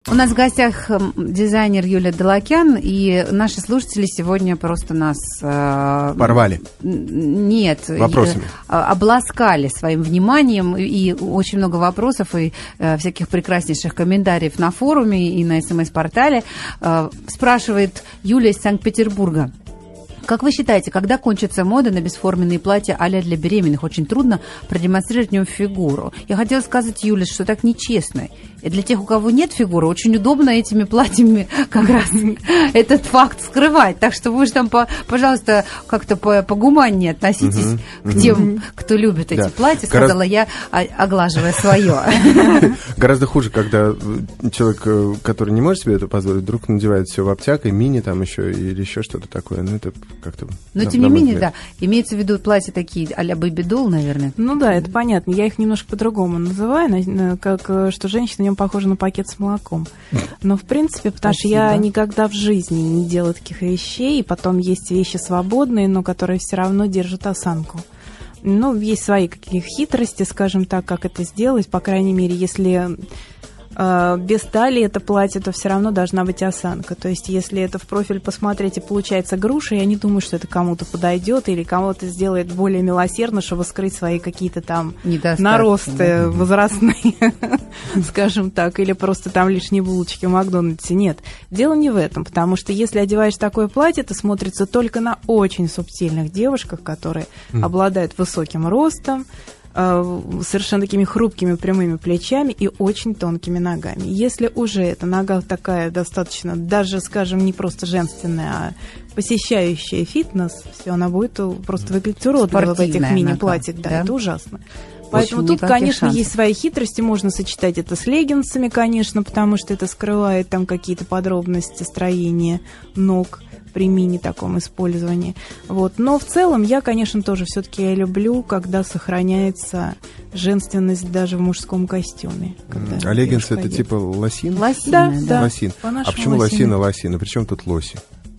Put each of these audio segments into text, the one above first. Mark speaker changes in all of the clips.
Speaker 1: У нас в гостях дизайнер Юлия Долокян, и наши слушатели сегодня просто нас...
Speaker 2: порвали?
Speaker 1: Нет.
Speaker 2: Вопросами?
Speaker 1: Обласкали своим вниманием, и очень много вопросов, и всяких прекраснейших комментариев на форуме и на СМС-портале. Спрашивает Юлия из Санкт-Петербурга. Как вы считаете, когда кончится мода на бесформенные платья а-ля для беременных? Очень трудно продемонстрировать в нем фигуру. Я хотела сказать, Юля, что так нечестно. И для тех, у кого нет фигуры, очень удобно этими платьями как раз этот факт скрывать. Так что вы же там, пожалуйста, как-то погуманнее относитесь к тем, кто любит эти платья, сказала я, оглаживая свое.
Speaker 2: Гораздо хуже, когда человек, который не может себе это позволить, вдруг надевает все в обтяг и мини там еще или еще что-то такое. Ну, это как-то...
Speaker 1: Но тем не менее, да, имеется в виду платья такие а-ля бэби-долл, наверное.
Speaker 3: Ну да, это понятно. Я их немножко по-другому называю, как что женщина в нем похожа на пакет с молоком. Но в принципе, потому что я никогда в жизни не делала таких вещей, и потом есть вещи свободные, но которые все равно держат осанку. Ну, есть свои какие-то хитрости, скажем так, как это сделать. По крайней мере, если без талии это платье, то все равно должна быть осанка. То есть, если это в профиль посмотреть и получается груша, я не думаю, что это кому-то подойдет или кому-то сделает более милосердно, чтобы скрыть свои какие-то там наросты возрастные, скажем так, или просто там лишние булочки в Макдональдсе. Нет, дело не в этом, потому что если одеваешь такое платье, это смотрится только на очень субтильных девушках, которые обладают высоким ростом, совершенно такими хрупкими прямыми плечами и очень тонкими ногами. Если уже эта нога такая достаточно, даже, скажем, не просто женственная, а посещающая фитнес, все, она будет просто выглядеть уродливо в этих мини-платьях. Да, это ужасно. Поэтому тут, конечно, есть свои хитрости. Можно сочетать это с леггинсами, конечно, потому что это скрывает там какие-то подробности строения ног при мини-таком использовании. Вот. Но в целом я, конечно, тоже все-таки люблю, когда сохраняется женственность даже в мужском костюме.
Speaker 2: А леггинсы это типа лосин?
Speaker 1: Лосин,
Speaker 3: да.
Speaker 2: Лосин. А почему лосины? Причем тут лоси?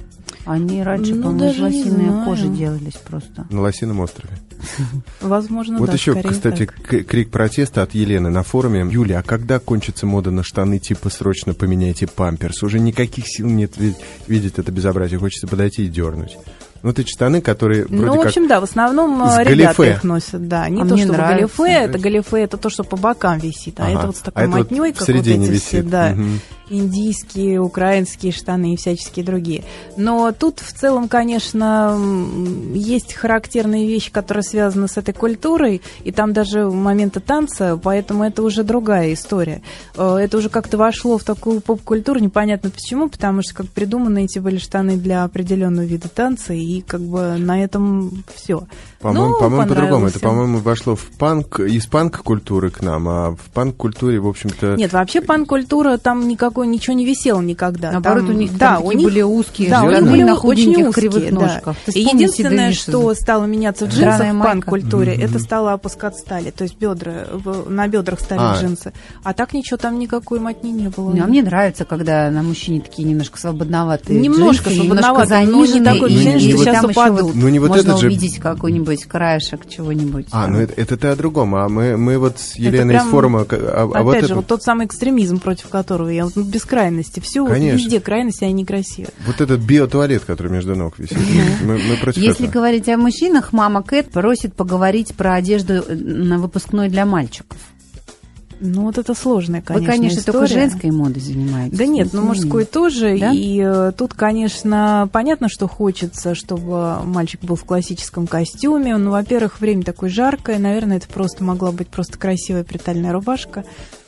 Speaker 1: Они раньше, по-моему, из лосиной кожи делались просто.
Speaker 2: На Лосином острове.
Speaker 3: Возможно,
Speaker 2: вот
Speaker 3: да,
Speaker 2: еще, кстати, крик протеста от Елены на форуме. Юля, а когда кончится мода на штаны типа «срочно поменяйте памперс»? Уже никаких сил нет видеть это безобразие. Хочется подойти и дернуть. Вот эти штаны, которые вроде
Speaker 3: в общем,
Speaker 2: как
Speaker 3: да, в основном ребята их носят, да. Не то, что галифе, это то, что по бокам висит, а это вот с такой мотней, как вот эти все, да, индийские, украинские штаны и всяческие другие. Но тут в целом, конечно, есть характерные вещи, которые связаны с этой культурой, и там даже моменты танца, поэтому это уже другая история. Это уже как-то вошло в такую поп-культуру, непонятно почему, потому что как придуманы эти были штаны для определенного вида танца, и как бы на этом все.
Speaker 2: По-моему, по-другому. Это, по-моему, вошло в панк, из панк-культуры к нам, а в панк-культуре, в общем-то...
Speaker 3: Нет, вообще панк-культура, там ничего не висело никогда.
Speaker 1: Наоборот,
Speaker 3: там,
Speaker 1: у них такие были узкие,
Speaker 3: да,
Speaker 1: штаны
Speaker 3: были
Speaker 1: на
Speaker 3: очень
Speaker 1: худеньких
Speaker 3: узкие,
Speaker 1: кривых ножках.
Speaker 3: И единственное, что стало меняться в джинсах в панк-культуре, это стало опускаться стали, то есть на бедрах стали джинсы. А так ничего там никакой мотни не было.
Speaker 1: А мне нравится, когда на мужчине такие немножко свободноватые
Speaker 3: немножко
Speaker 1: джинсы,
Speaker 3: свободноватые, но не такое ощущение, что сейчас упадут.
Speaker 1: Можно увидеть какой-нибудь краешек чего-нибудь.
Speaker 2: Ну это ты о другом. А мы вот с Еленой из форума...
Speaker 3: Опять же, вот тот самый экстремизм, против которого я без крайности. Все везде крайности, они некрасивые.
Speaker 2: Вот этот биотуалет, который между ног висит. Мы против
Speaker 1: Если
Speaker 2: этого.
Speaker 1: говорить о мужчинах, мама Кэт просит поговорить про одежду на выпускной для мальчиков.
Speaker 3: Ну, вот это сложная, конечно,
Speaker 1: Вы, конечно,
Speaker 3: история.
Speaker 1: только женской модой занимаетесь.
Speaker 3: Да нет, мужской тоже.
Speaker 1: Да?
Speaker 3: И тут, конечно, понятно, что хочется, чтобы мальчик был в классическом костюме. Ну, во-первых, время такое жаркое. Наверное, это просто могла быть просто красивая притальная рубашка.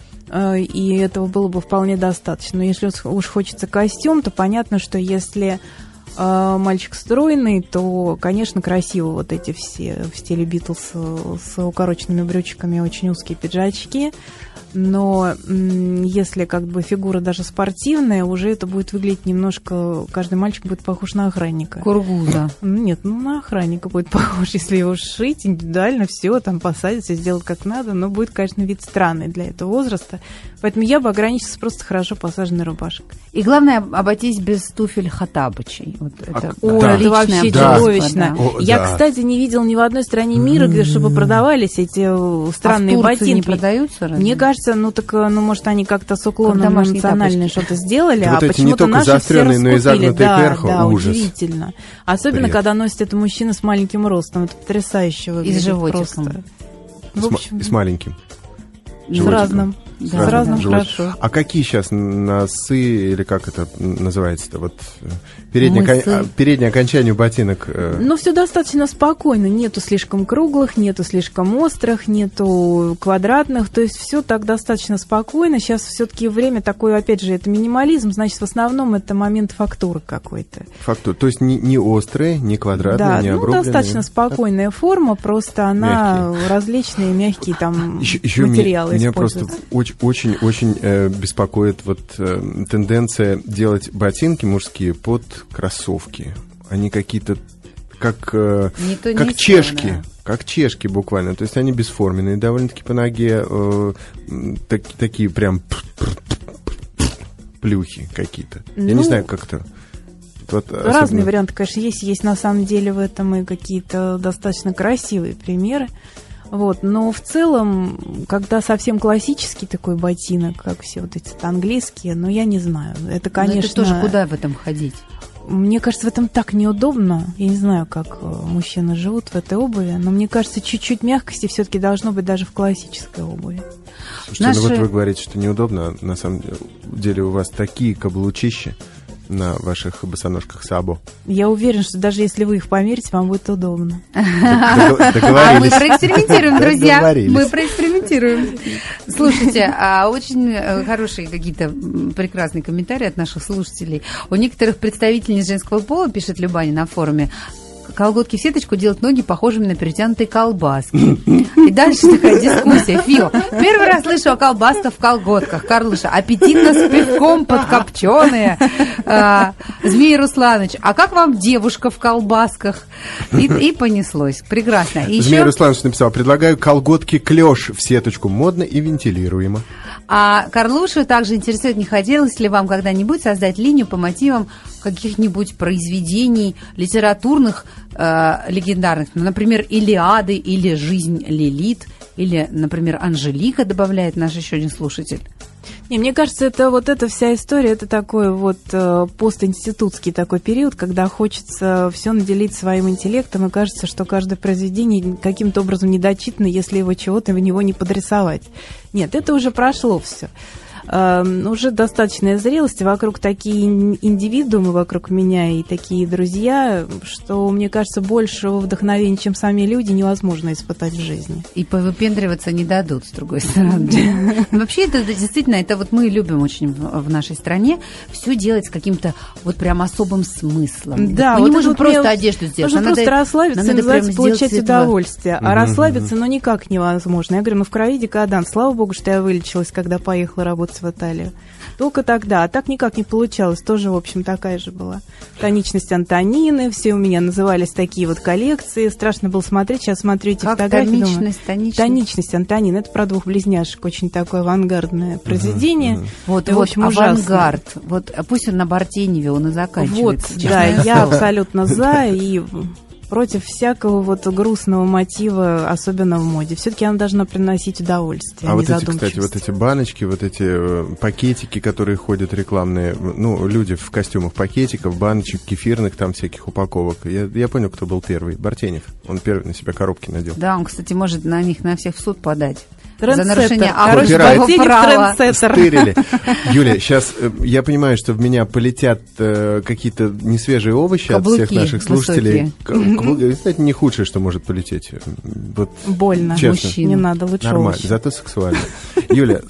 Speaker 3: И этого было бы вполне достаточно. Но если уж хочется костюм, то понятно, что если мальчик стройный, то, конечно, красиво вот эти все в стиле Битлз с укороченными брючками, очень узкие пиджачки. Но если как бы фигура даже спортивная, уже это будет выглядеть немножко... Каждый мальчик будет похож на охранника.
Speaker 1: Кургуза.
Speaker 3: Нет, на охранника будет похож, если его сшить индивидуально, все там посадить, все сделать как надо, но будет, конечно, вид странный для этого возраста. Поэтому я бы ограничилась просто хорошо посаженной рубашкой.
Speaker 1: И главное, обойтись без туфель Хоттабычей. Вот это
Speaker 3: это вообще чудовищно.
Speaker 1: Да.
Speaker 3: Я, кстати, не видел ни в одной стране мира, где чтобы продавались эти странные ботинки.
Speaker 1: Не продаются? Разве?
Speaker 3: Мне кажется, может, они как-то с уклоном на национальное что-то сделали,
Speaker 2: а
Speaker 3: почему-то наши все раскупили.
Speaker 2: Но и загнутые кверху,
Speaker 3: да,
Speaker 2: ужас.
Speaker 3: Удивительно. Особенно, когда носит это мужчина с маленьким ростом. Это потрясающе выглядит.
Speaker 1: И с животиком.
Speaker 2: И с маленьким.
Speaker 3: С разным. Да. С разным хорошо.
Speaker 2: А какие сейчас носы, или как это называется-то, вот переднее окончание ботинок?
Speaker 3: Все достаточно спокойно. Нету слишком круглых, нету слишком острых, нету квадратных. То есть все так достаточно спокойно. Сейчас все-таки время такое, опять же, это минимализм, значит, в основном это момент фактуры какой-то.
Speaker 2: Фактура. То есть не острые, не квадратные, не обрубленные.
Speaker 3: Достаточно спокойная форма, просто она различные, мягкие там материалы
Speaker 2: меня
Speaker 3: используются.
Speaker 2: Просто очень беспокоит тенденция делать ботинки мужские под кроссовки. Они какие-то как чешки. Да. Как чешки буквально. То есть они бесформенные довольно-таки по ноге. Такие прям плюхи какие-то. Я не знаю, как-то.
Speaker 3: Разные варианты, конечно, есть на самом деле в этом и какие-то достаточно красивые примеры. Но в целом, когда совсем классический такой ботинок, как все вот эти английские, я не знаю. Это, конечно...
Speaker 1: это тоже куда в этом ходить?
Speaker 3: Мне кажется, в этом так неудобно. Я не знаю, как мужчины живут в этой обуви, но мне кажется, чуть-чуть мягкости все-таки должно быть даже в классической обуви.
Speaker 2: Слушайте, вы говорите, что неудобно, а на самом деле у вас такие каблучища на ваших босоножках Сабо.
Speaker 3: Я уверена, что даже если вы их померите, вам будет удобно.
Speaker 1: А мы проэкспериментируем, друзья. Мы проэкспериментируем. Слушайте, очень хорошие какие-то прекрасные комментарии от наших слушателей. У некоторых представительниц женского пола, пишет Любаня на форуме, колготки в сеточку делают ноги похожими на перетянутые колбаски. И дальше такая дискуссия. Фил, первый раз слышу о колбасках в колготках. Карлуша, аппетитно с пивком подкопченые. Змей Русланович, а как вам девушка в колбасках? И понеслось. Прекрасно.
Speaker 2: Змей Русланович написал, предлагаю колготки клеш в сеточку. Модно и вентилируемо.
Speaker 1: А Карлушу также интересует, не хотелось ли вам когда-нибудь создать линию по мотивам каких-нибудь произведений литературных, легендарных, например, «Илиады» или «Жизнь Лилит», или, например, «Анжелика», добавляет наш еще один слушатель.
Speaker 3: Мне кажется, эта вся история, это такой постинститутский такой период, когда хочется все наделить своим интеллектом, и кажется, что каждое произведение каким-то образом недочитано, если его чего-то в него не подрисовать. Нет, это уже прошло все. Уже достаточная зрелость, вокруг такие индивидуумы, вокруг меня и такие друзья, что, мне кажется, большего вдохновения, чем сами люди, невозможно испытать в жизни.
Speaker 1: И повыпендриваться не дадут, с другой стороны. Вообще, это действительно, это мы любим очень в нашей стране все делать с каким-то прям особым смыслом.
Speaker 3: Да,
Speaker 1: мы не можем просто одежду сделать.
Speaker 3: Нужно просто расслабиться и, называется, получать удовольствие. А расслабиться, никак невозможно. Я говорю, в ковиде, когда, слава богу, что я вылечилась, когда поехала работать в Италию. Только тогда. А так никак не получалось. Тоже, в общем, такая же была. Тоничность Антонины. Все у меня назывались такие коллекции. Страшно было смотреть. Сейчас смотрю эти фотографии. Тоничность Антонины. Это про двух близняшек. Очень такое авангардное произведение.
Speaker 1: В общем, авангард. Пусть он на Бартеневе, он и заканчивается.
Speaker 3: Да, я абсолютно за. И против всякого грустного мотива, особенно в моде. Все-таки она должна приносить удовольствие, а не задумчивость.
Speaker 2: Кстати, эти баночки, эти пакетики, которые ходят рекламные, люди в костюмах пакетиков, баночек, кефирных там всяких упаковок. Я понял, кто был первый. Бартенев. Он первый на себя коробки надел.
Speaker 1: Да, он, кстати, может на них на всех в суд подать.
Speaker 3: За
Speaker 1: нарушение
Speaker 3: авторского права.
Speaker 2: Стырили. Юлия, сейчас я понимаю, что в меня полетят какие-то несвежие овощи
Speaker 1: каблуки
Speaker 2: от всех наших слушателей. Это не худшее, что может полететь.
Speaker 3: Больно.
Speaker 2: Честно.
Speaker 3: Мужчин. Не надо, лучше
Speaker 2: нормально,
Speaker 3: овощи.
Speaker 2: Зато сексуально. Юля,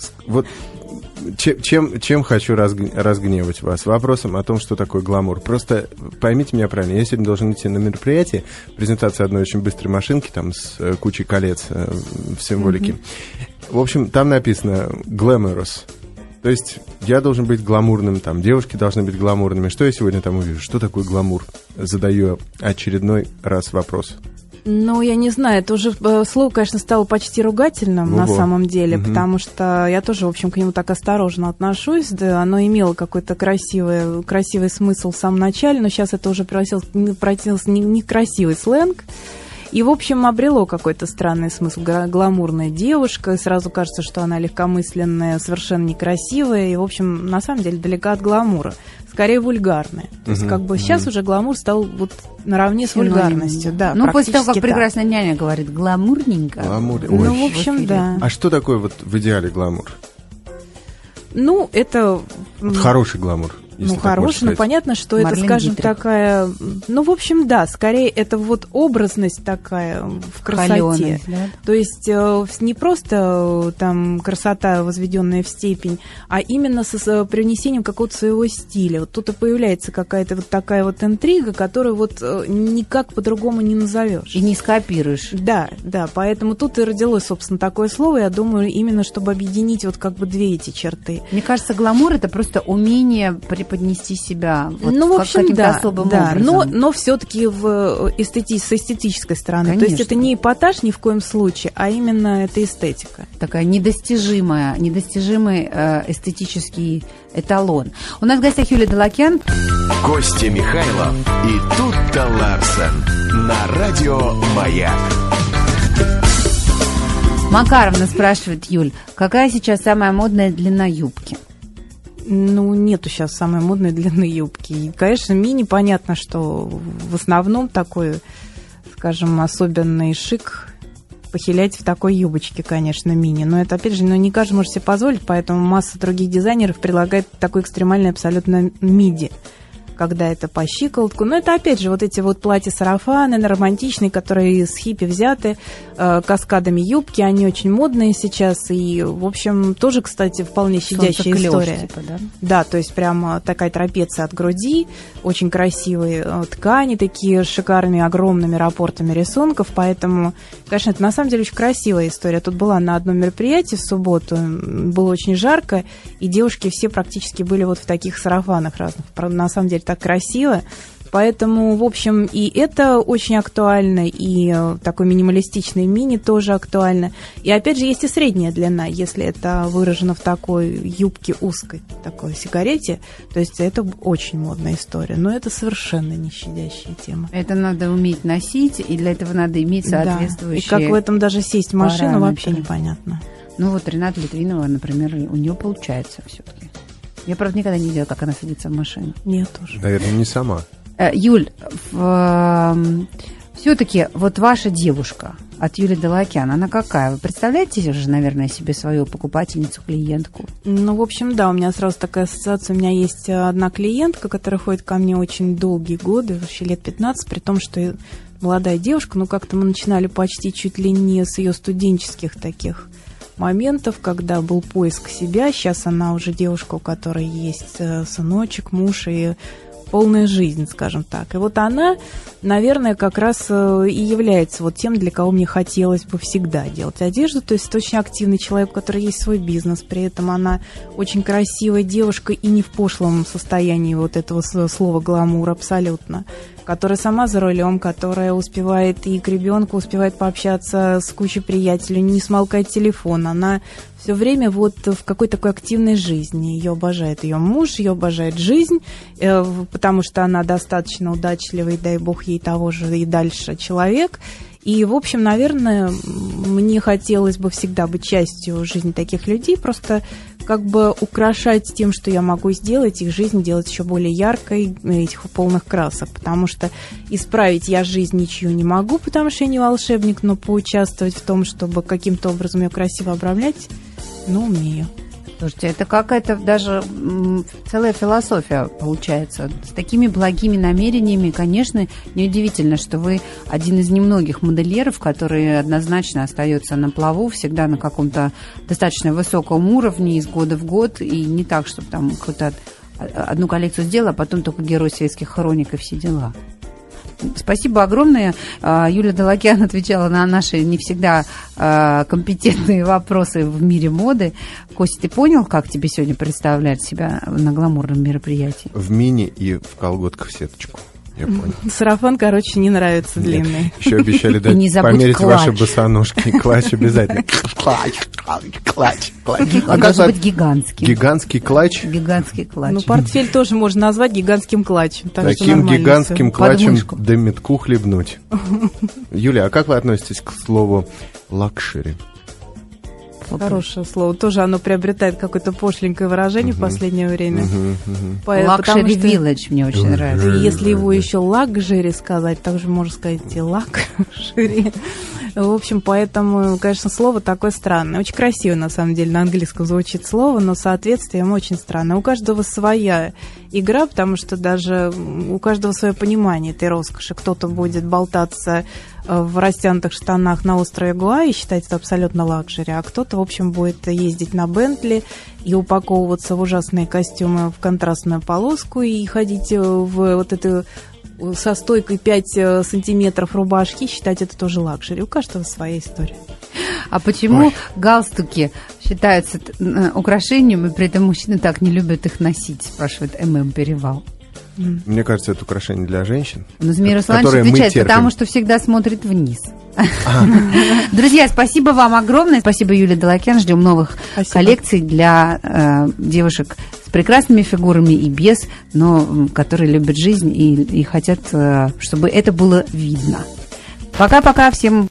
Speaker 2: чем хочу разгневать вас? Вопросом о том, что такое гламур. Просто поймите меня правильно. Я сегодня должен идти на мероприятие, презентация одной очень быстрой машинки, там с кучей колец в символике. В общем, там написано «glamorous». То есть я должен быть гламурным, там девушки должны быть гламурными. Что я сегодня там увижу? Что такое гламур? Задаю очередной раз вопрос.
Speaker 3: Ну, я не знаю, это уже слово, конечно, стало почти ругательным на самом деле, потому что я тоже, в общем, к нему так осторожно отношусь, да, оно имело какой-то красивый смысл в самом начале, но сейчас это уже превратился не в красивый сленг. И, в общем, обрело какой-то странный смысл. Гламурная девушка, и сразу кажется, что она легкомысленная, совершенно некрасивая, и, в общем, на самом деле далека от гламура. Скорее вульгарная. То есть, как бы сейчас уже гламур стал вот наравне с вульгарностью. Да,
Speaker 1: ну, после того, как прекрасная няня говорит, гламурненько.
Speaker 3: Ну, в общем, да.
Speaker 2: А что такое вот в идеале гламур?
Speaker 3: Ну, это...
Speaker 2: Хороший гламур.
Speaker 3: Ну, хороший, но понятно, что Марлен это, скажем, Дитрих. Такая... Ну, в общем, да, скорее это вот образность такая в красоте. Холёность, да? То есть не просто там красота, возведенная в степень, а именно с привнесением какого-то своего стиля. Вот тут и появляется какая-то вот такая вот интрига, которую вот никак по-другому не назовешь.
Speaker 1: И не скопируешь.
Speaker 3: Да, да, поэтому тут и родилось, собственно, такое слово, я думаю, именно чтобы объединить вот как бы две эти черты.
Speaker 1: Мне кажется, гламур — это просто умение преподнести себя вот,
Speaker 3: ну, в общем,
Speaker 1: каким-то особым образом.
Speaker 3: Но все-таки с эстетической стороны. Конечно. То есть это не эпатаж ни в коем случае, а именно это эстетика.
Speaker 1: Такая недостижимый эстетический эталон. У нас в гостях Юлия Долокян.
Speaker 4: Костя Михайлов и Тутта Ларсен на радио «Маяк».
Speaker 1: Макаровна спрашивает, Юль, какая сейчас самая модная длина юбки?
Speaker 3: Ну, нету сейчас самой модной длины юбки. И, конечно, мини, понятно, что в основном такой, скажем, особенный шик похилять в такой юбочке, конечно, мини. Но это, опять же, не каждый может себе позволить, поэтому масса других дизайнеров предлагает такой экстремальный абсолютно миди, когда это по щиколотку. Но это, опять же, вот эти вот платья-сарафаны романтичные, которые с хиппи взяты, каскадами юбки, они очень модные сейчас. И, в общем, тоже, кстати, вполне щадящая история.
Speaker 1: Типа, да?
Speaker 3: Да, то есть прям такая трапеция от груди, очень красивые ткани, такие шикарными, огромными рапортами рисунков. Поэтому, конечно, это на самом деле очень красивая история. Тут была на одном мероприятии в субботу, было очень жарко, и девушки все практически были вот в таких сарафанах разных. На самом деле, так красиво. Поэтому, в общем, и это очень актуально, и такой минималистичный мини тоже актуально. И, опять же, есть и средняя длина, если это выражено в такой юбке узкой, такой сигарете, то есть это очень модная история. Но это совершенно не щадящая тема.
Speaker 1: Это надо уметь носить, и для этого надо иметь соответствующие
Speaker 3: Да. И как в этом даже сесть в машину, вообще непонятно.
Speaker 1: Ну вот Рената Литвинова, например, у нее получается все-таки. Я, правда, никогда не видела, как она садится в машину.
Speaker 3: Нет, тоже.
Speaker 2: Наверное, не сама.
Speaker 1: Юль, все-таки вот ваша девушка от Юлии Долокян, она какая? Вы представляете же, наверное, себе свою покупательницу, клиентку?
Speaker 3: Ну, в общем, да, у меня сразу такая ассоциация. У меня есть одна клиентка, которая ходит ко мне очень долгие годы, вообще лет 15, при том, что молодая девушка, ну, как-то мы начинали почти чуть ли не с ее студенческих таких моментов, когда был поиск себя. Сейчас она уже девушка, у которой есть сыночек, муж и полная жизнь, скажем так. И вот она, наверное, как раз и является вот тем, для кого мне хотелось бы всегда делать одежду. То есть это очень активный человек, у которой есть свой бизнес. При этом она очень красивая девушка и не в пошлом состоянии вот этого слова гламур абсолютно. Которая сама за рулем, которая успевает и к ребенку, успевает пообщаться с кучей приятелей, не смолкает телефон. Она все время вот в какой-то такой активной жизни. Ее обожает ее муж, ее обожает жизнь, потому что она достаточно удачливый, дай бог ей того же и дальше человек. И, в общем, наверное, мне хотелось бы всегда быть частью жизни таких людей, просто как бы украшать тем, что я могу сделать, их жизнь делать еще более яркой, этих полных красок, потому что исправить я жизнь ничью не могу, потому что я не волшебник, но поучаствовать в том, чтобы каким-то образом ее красиво обрамлять, ну, умею.
Speaker 1: Слушайте, это какая-то даже целая философия получается. С такими благими намерениями, конечно, неудивительно, что вы один из немногих модельеров, который однозначно остается на плаву, всегда на каком-то достаточно высоком уровне из года в год, и не так, чтобы там какую-то одну коллекцию сделал, а потом только герой светских хроник и все дела. Спасибо огромное. Юлия Долокян отвечала на наши не всегда компетентные вопросы в мире моды. Костя, ты понял, как тебе сегодня представлять себя на гламурном мероприятии?
Speaker 2: В мини и в колготках в сеточку. Я понял.
Speaker 3: Сарафан, короче, не нравится длинный.
Speaker 2: Еще обещали дать померить ваши босоножки. Клатч обязательно. Клатч.
Speaker 1: Он должен быть гигантский.
Speaker 2: Гигантский клатч?
Speaker 1: Гигантский клатч.
Speaker 3: Ну, портфель тоже можно назвать гигантским клатчем.
Speaker 2: Таким гигантским клатчем до метку хлебнуть. Юля, а как вы относитесь к слову лакшери?
Speaker 3: Хорошее слово. Тоже оно приобретает какое-то пошленькое выражение в последнее время.
Speaker 1: Лакшери вилледж мне очень нравится.
Speaker 3: Если его еще лакжери сказать, также можно сказать и лакшери. В общем, поэтому, конечно, слово такое странное. Очень красиво, на самом деле, на английском звучит слово, но соответствием очень странное. У каждого своя игра, потому что даже у каждого свое понимание этой роскоши. Кто-то будет болтаться в растянутых штанах на острове Гуа и считать это абсолютно лакшери, а кто-то, в общем, будет ездить на Бентли и упаковываться в ужасные костюмы в контрастную полоску и ходить в вот эту со стойкой 5 сантиметров рубашки, считать это тоже лакшери. У каждого своя история.
Speaker 1: А почему галстуки считаются украшением, и при этом мужчины так не любят их носить, спрашивает ММ Перевал.
Speaker 2: Мне кажется, это украшение для женщин.
Speaker 1: Но Змей Русланович отвечает, потому что всегда смотрит вниз. Друзья, спасибо вам огромное. Спасибо, Юлия Долокян. Ждем новых коллекций для девушек с прекрасными фигурами и без, но которые любят жизнь и хотят, чтобы это было видно. Пока-пока всем.